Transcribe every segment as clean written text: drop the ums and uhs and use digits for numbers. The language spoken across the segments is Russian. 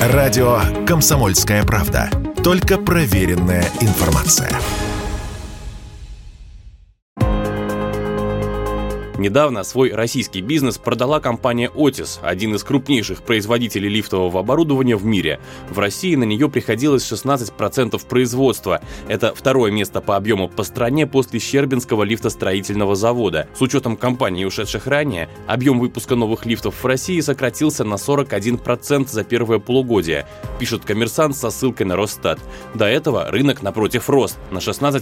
Радио «Комсомольская правда». Только проверенная информация. Недавно свой российский бизнес продала компания Otis, один из крупнейших производителей лифтового оборудования в мире. В России на нее приходилось 16% производства. Это второе место по объему по стране после Щербинского лифтостроительного завода. С учетом компаний, ушедших ранее, объем выпуска новых лифтов в России сократился на 41% за первое полугодие, пишет «Коммерсант» со ссылкой на Росстат. До этого рынок, напротив, рос на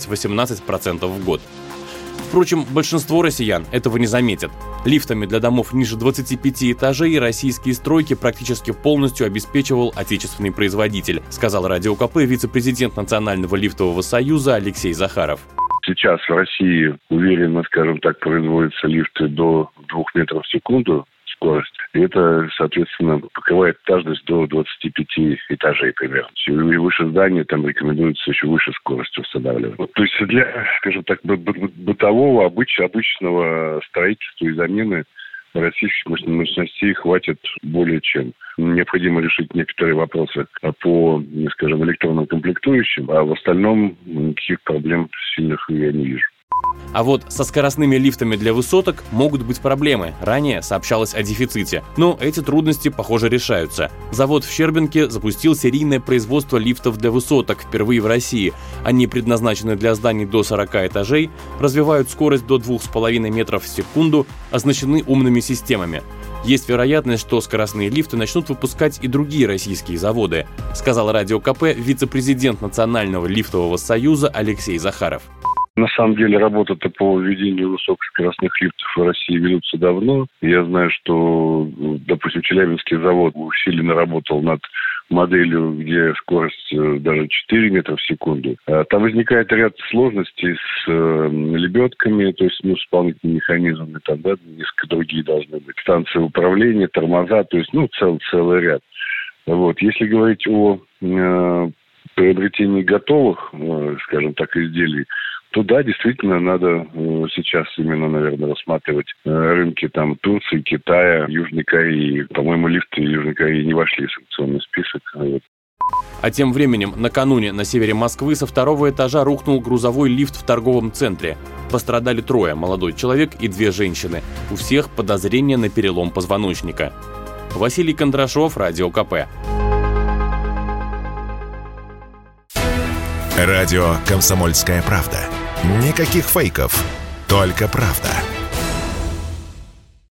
16-18% в год. Впрочем, большинство россиян этого не заметят. Лифтами для домов ниже 25 этажей российские стройки практически полностью обеспечивал отечественный производитель, сказал Радио КП вице-президент Национального лифтового союза Алексей Захаров. Сейчас в России уверенно, скажем так, производятся лифты до 2 метров в секунду скорость. И это, соответственно, покрывает этажность до 25 этажей примерно. И выше здания там рекомендуется еще выше скорость устанавливать. То есть для, скажем так, бытового, обычного строительства и замены российских мощностей хватит более чем. Необходимо решить некоторые вопросы по, скажем, электронным комплектующим, а в остальном никаких проблем сильных я не вижу. А вот со скоростными лифтами для высоток могут быть проблемы. Ранее сообщалось о дефиците. Но эти трудности, похоже, решаются. Завод в Щербинке запустил серийное производство лифтов для высоток впервые в России. Они предназначены для зданий до 40 этажей, развивают скорость до 2,5 метров в секунду, оснащены умными системами. Есть вероятность, что скоростные лифты начнут выпускать и другие российские заводы, сказал Радио КП вице-президент Национального лифтового союза Алексей Захаров. На самом деле работа-то по введению высокоскоростных лифтов в России ведутся давно. Я знаю, что, допустим, Челябинский завод усиленно работал над моделью, где скорость даже 4 метра в секунду. Там возникает ряд сложностей с лебедками, то есть с дополнительными механизмами, там, да, несколько другие должны быть. Станции управления, тормоза, то есть, целый ряд. Вот. Если говорить о приобретении готовых, скажем так, изделий, то да, действительно, надо сейчас именно, наверное, рассматривать рынки там Турции, Китая, Южной Кореи. По-моему, лифты Южной Кореи не вошли в санкционный список. А тем временем, накануне на севере Москвы со 2-го этажа рухнул грузовой лифт в торговом центре. Пострадали 3: молодой человек и 2 женщины. У всех подозрение на перелом позвоночника. Василий Кондрашов, Радио КП. Радио «Комсомольская правда». Никаких фейков, только правда.